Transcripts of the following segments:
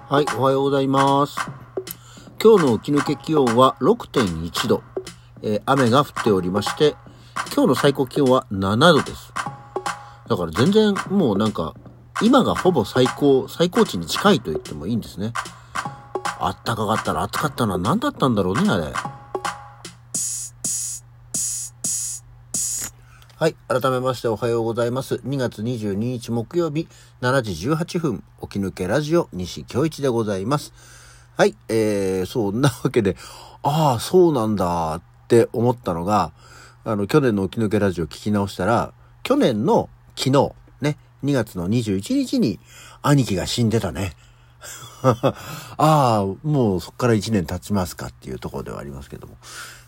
はい、おはようございます。今日の起き抜け気温は 6.1 度、雨が降っておりまして、今日の最高気温は7度です。だから全然もう今がほぼ最高値に近いと言ってもいいんですね。あったかかったら暑かったのは何だったんだろうね、あれ。はい。改めましておはようございます。2月22日木曜日7時18分、起き抜けラジオ西京一でございます。はい。そんなわけで、そうなんだって思ったのが、去年の起き抜けラジオ聞き直したら、去年の昨日、ね、2月の21日に兄貴が死んでたね。もうそっから1年経ちますかっていうところではありますけども。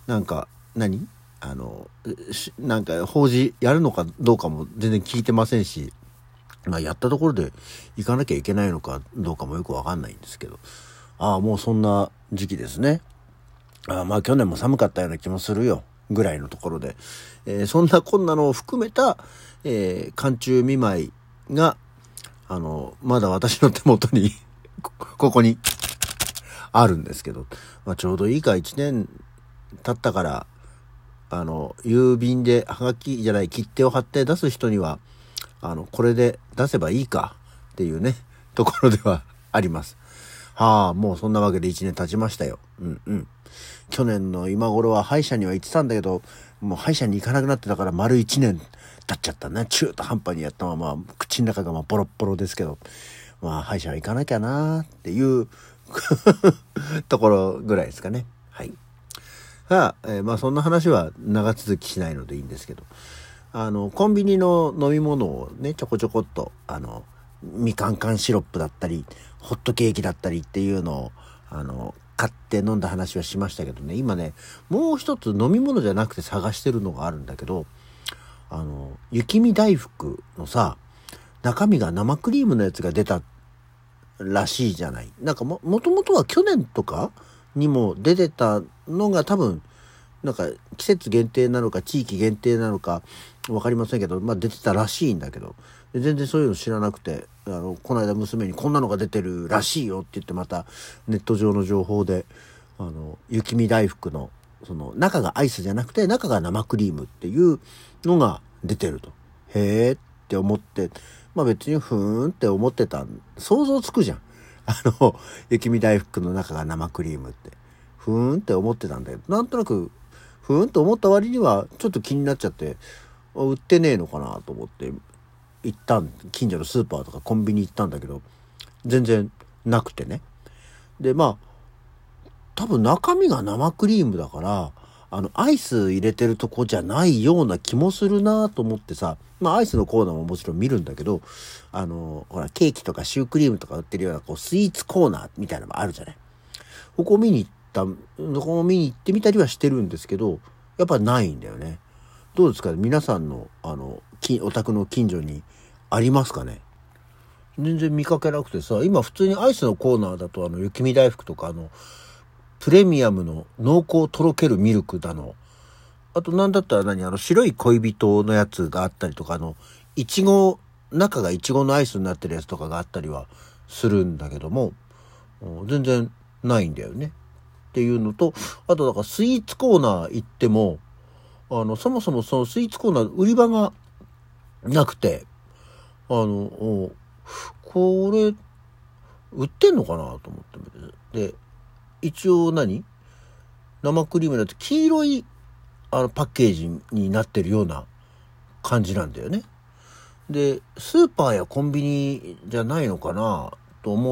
法事やるのかどうかも全然聞いてませんし、やったところで行かなきゃいけないのかどうかもよくわかんないんですけど、もうそんな時期ですね。去年も寒かったような気もするよぐらいのところで、そんなこんなのを含めた、寒中見舞いがまだ私の手元にここにあるんですけど、ちょうどいいか1年経ったから、郵便で切手を貼って出す人には、これで出せばいいかっていうね、ところではあります。もうそんなわけで1年経ちましたよ。去年の今頃は歯医者には行ってたんだけど、もう歯医者に行かなくなってたから丸1年経っちゃったね。中途半端にやったまま、口の中がボロッボロですけど、歯医者は行かなきゃなーっていうところぐらいですかね。はい。そんな話は長続きしないのでいいんですけど、コンビニの飲み物をね、ちょこちょこっと、みかん缶シロップだったり、ホットケーキだったりっていうのを、買って飲んだ話はしましたけどね、今ね、もう一つ飲み物じゃなくて探してるのがあるんだけど、雪見大福のさ、中身が生クリームのやつが出たらしいじゃない。もともとは去年とかにも出てたのが多分、季節限定なのか地域限定なのかわかりませんけど、出てたらしいんだけど、全然そういうの知らなくて、この間娘にこんなのが出てるらしいよって言って、またネット上の情報で、雪見大福の、中がアイスじゃなくて中が生クリームっていうのが出てると。へーって思って、別にふーんって思ってた。想像つくじゃん。雪見大福の中が生クリームって。ふーんって思ってたんだけど、なんとなく、ふーんと思った割にはちょっと気になっちゃって、売ってねえのかなと思って近所のスーパーとかコンビニ行ったんだけど、全然なくてね。で、多分中身が生クリームだから、アイス入れてるとこじゃないような気もするなと思ってさ、アイスのコーナーももちろん見るんだけど、ほら、ケーキとかシュークリームとか売ってるような、スイーツコーナーみたいなのもあるじゃない。ここ見に行ってみたりはしてるんですけど、やっぱないんだよね。どうですかね、皆さんの、お宅の近所にありますかね。全然見かけなくてさ、今普通にアイスのコーナーだと雪見大福とかプレミアムの濃厚とろけるミルクだの、あとなんだったら白い恋人のやつがあったりとか、中がイチゴのアイスになってるやつとかがあったりはするんだけども、全然ないんだよねっていうのと、あとスイーツコーナー行っても、そもそもそのスイーツコーナー売り場がなくて、これ売ってんのかなと思って、で一応生クリームだと黄色いパッケージになってるような感じなんだよね。で、スーパーやコンビニじゃないのかなと思って、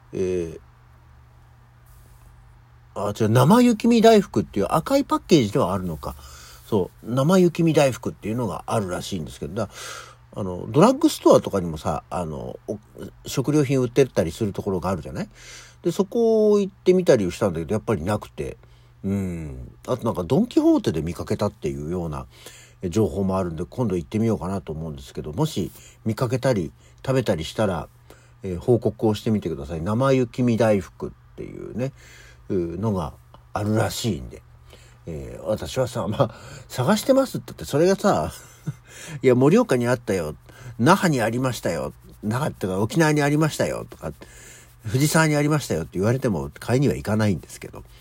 生雪見大福っていう赤いパッケージではあるのか。そう、生雪見大福っていうのがあるらしいんですけど、ドラッグストアとかにもさ、食料品売ってたりするところがあるじゃない。で、そこ行ってみたりしたんだけど、やっぱりなくて。あとドンキホーテで見かけたっていうような情報もあるんで、今度行ってみようかなと思うんですけど、もし見かけたり食べたりしたら、報告をしてみてください。生雪見大福っていうね、のがあるらしいんで。私はさ、探してますって言って、それがさ、いや、盛岡にあったよ。那覇にありましたよ。那覇ってか沖縄にありましたよ。とか、 藤沢にありましたよって言われても買いには行かないんですけど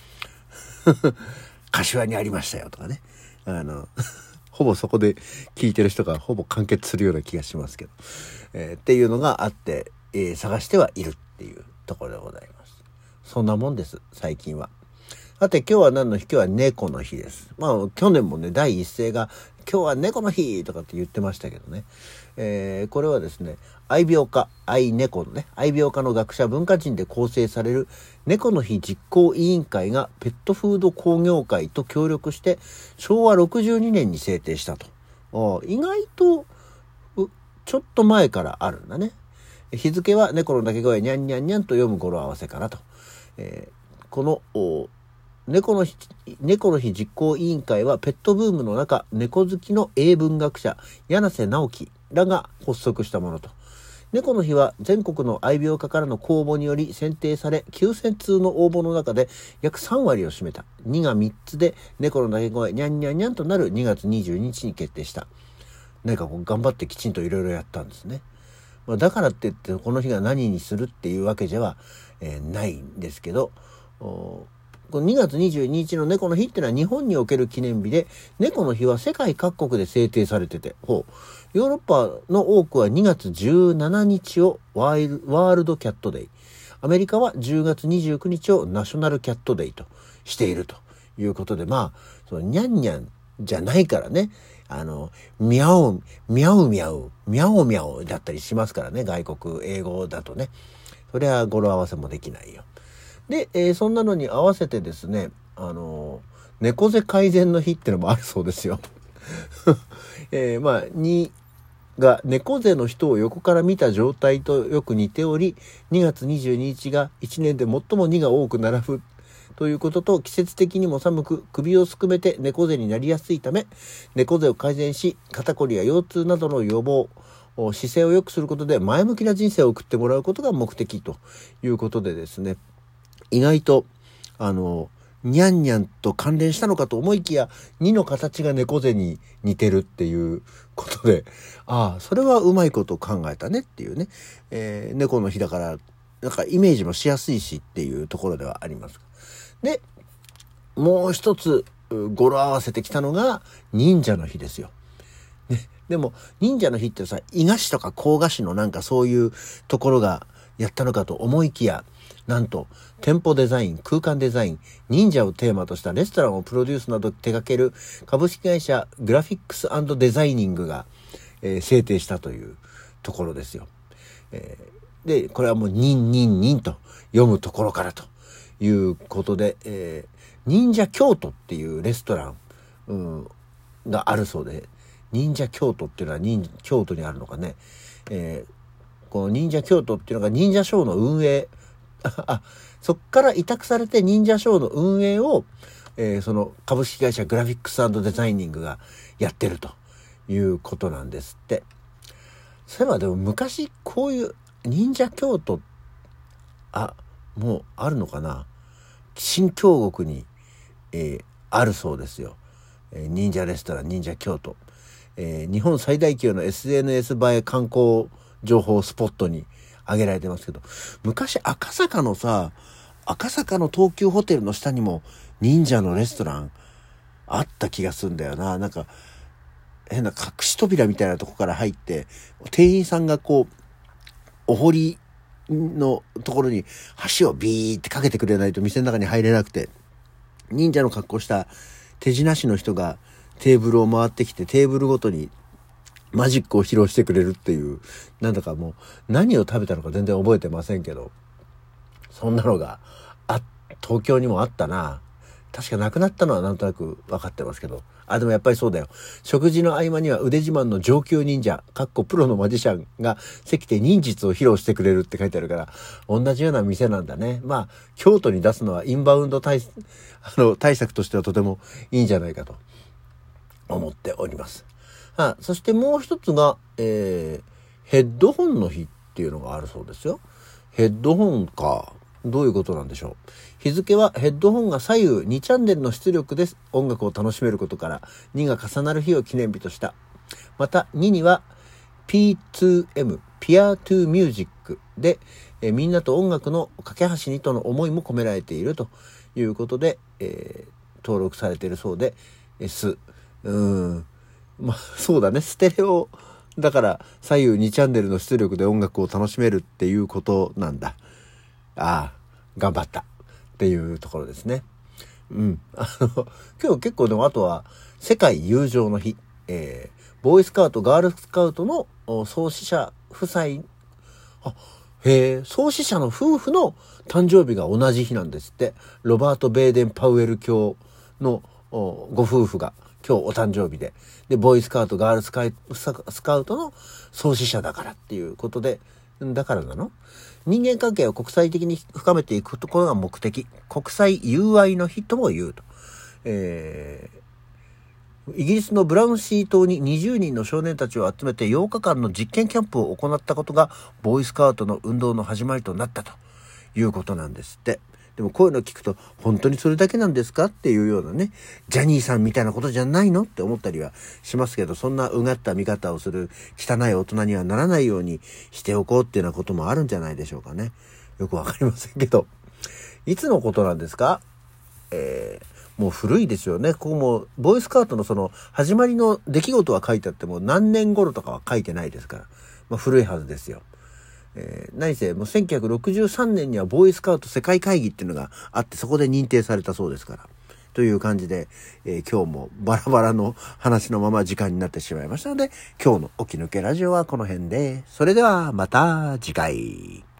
柏にありましたよとかね、ほぼそこで聞いてる人がほぼ完結するような気がしますけど、っていうのがあって、探してはいるっていうところでございます。そんなもんです最近は。さて今日は何の日？今日は猫の日です。まあ去年もね第一声が今日は猫の日とかって言ってましたけどね、これはですね愛猫家の学者文化人で構成される猫の日実行委員会がペットフード工業会と協力して昭和62年に制定したと。意外とちょっと前からあるんだね。日付は猫の鳴き声にゃんにゃんにゃんと読む語呂合わせからと、この猫の日実行委員会はペットブームの中猫好きの英文学者柳瀬直樹らが発足したものと。猫の日は全国の愛猫家からの公募により選定され9000通の応募の中で約3割を占めた。2が3つで猫の鳴き声にゃんにゃんにゃんとなる2月22日に決定した。なんかこう頑張ってきちんといろいろやったんですね。だからって言ってこの日が何にするっていうわけでは、ないんですけど、この2月22日の猫の日っていうのは日本における記念日で、猫の日は世界各国で制定されてて、ヨーロッパの多くは2月17日をワールドキャットデイ、アメリカは10月29日をナショナルキャットデイとしているということで、まあそのニャンニャンじゃないからね、ミャオミャオミャオミャオミャオだったりしますからね、外国英語だとね、それは語呂合わせもできないよ。で、そんなのに合わせてですね、猫背改善の日ってのもあるそうですよ。2が猫背の人を横から見た状態とよく似ており、2月22日が1年で最も2が多く並ぶということと、季節的にも寒く首をすくめて猫背になりやすいため、猫背を改善し肩こりや腰痛などの予防、姿勢を良くすることで前向きな人生を送ってもらうことが目的ということでですね、意外とニャンニャンと関連したのかと思いきや2の形が猫背に似てるっていうことで、それはうまいこと考えたねっていうね、猫の日だからなんかイメージもしやすいしっていうところではあります。でもう一つ語呂合わせてきたのが忍者の日ですよ。でも忍者の日ってさ、伊賀市とか甲賀市のなんかそういうところがやったのかと思いきや、なんと店舗デザイン、空間デザイン、忍者をテーマとしたレストランをプロデュースなど手掛ける株式会社グラフィックス&デザイニングが、制定したというところですよ。でこれはもう忍と読むところからということで、忍者京都っていうレストラン、があるそうで、忍者京都っていうのは京都にあるのかね、この忍者京都っていうのが忍者ショーの運営そっから委託されて忍者ショーの運営を、その株式会社グラフィックス&デザイニングがやってるということなんですって。そういえばでも昔こういう忍者京都もうあるのかな、新京極に、あるそうですよ、忍者レストラン忍者京都、日本最大級の SNS 映え観光情報スポットに挙げられてますけど、昔赤坂の東急ホテルの下にも忍者のレストランあった気がするんだよな。なんか変な隠し扉みたいなとこから入って店員さんがこうお堀のところに橋をビーってかけてくれないと店の中に入れなくて、忍者の格好した手品師の人がテーブルを回ってきてテーブルごとにマジックを披露してくれるっていう、なんだかもう何を食べたのか全然覚えてませんけど、そんなのが東京にもあったな。確かなくなったのはなんとなく分かってますけど、でもやっぱりそうだよ。食事の合間には腕自慢の上級忍者プロのマジシャンが席で忍術を披露してくれるって書いてあるから、同じような店なんだね。まあ京都に出すのはインバウンド対策としてはとてもいいんじゃないかと思っております。そしてもう一つが、ヘッドホンの日っていうのがあるそうですよ。ヘッドホンか。どういうことなんでしょう。日付はヘッドホンが左右2チャンネルの出力で音楽を楽しめることから2が重なる日を記念日とした。また2には P2M ピアトゥーミュージックで、 みんなと音楽の架け橋にとの思いも込められているということで、登録されているそうで、まあそうだね、ステレオだから左右2チャンネルの出力で音楽を楽しめるっていうことなんだ。ああ、頑張ったっていうところですね。今日結構でもあとは世界友情の日、ボーイスカウトガールスカウトの創始者夫妻、創始者の夫婦の誕生日が同じ日なんですって。ロバート・ベーデン・パウエル教のご夫婦が今日お誕生日で、ボーイスカウトガールスカウトの創始者だからっていうことで、だからなの？人間関係を国際的に深めていくところが目的。国際友愛の日とも言うと。イギリスのブラウンシー島に20人の少年たちを集めて8日間の実験キャンプを行ったことがボーイスカウトの運動の始まりとなったということなんですって。でもこういうの聞くと本当にそれだけなんですかっていうようなね、ジャニーさんみたいなことじゃないのって思ったりはしますけど、そんなうがった見方をする汚い大人にはならないようにしておこうっていうようなこともあるんじゃないでしょうかね。よくわかりませんけど、いつのことなんですか？もう古いですよね。ここもボーイスカウトのその始まりの出来事は書いてあっても何年頃とかは書いてないですから、古いはずですよ。何せもう1963年にはボーイスカウト世界会議っていうのがあって、そこで認定されたそうですから。という感じで、今日もバラバラの話のまま時間になってしまいましたので、今日の起き抜けラジオはこの辺で、それではまた次回。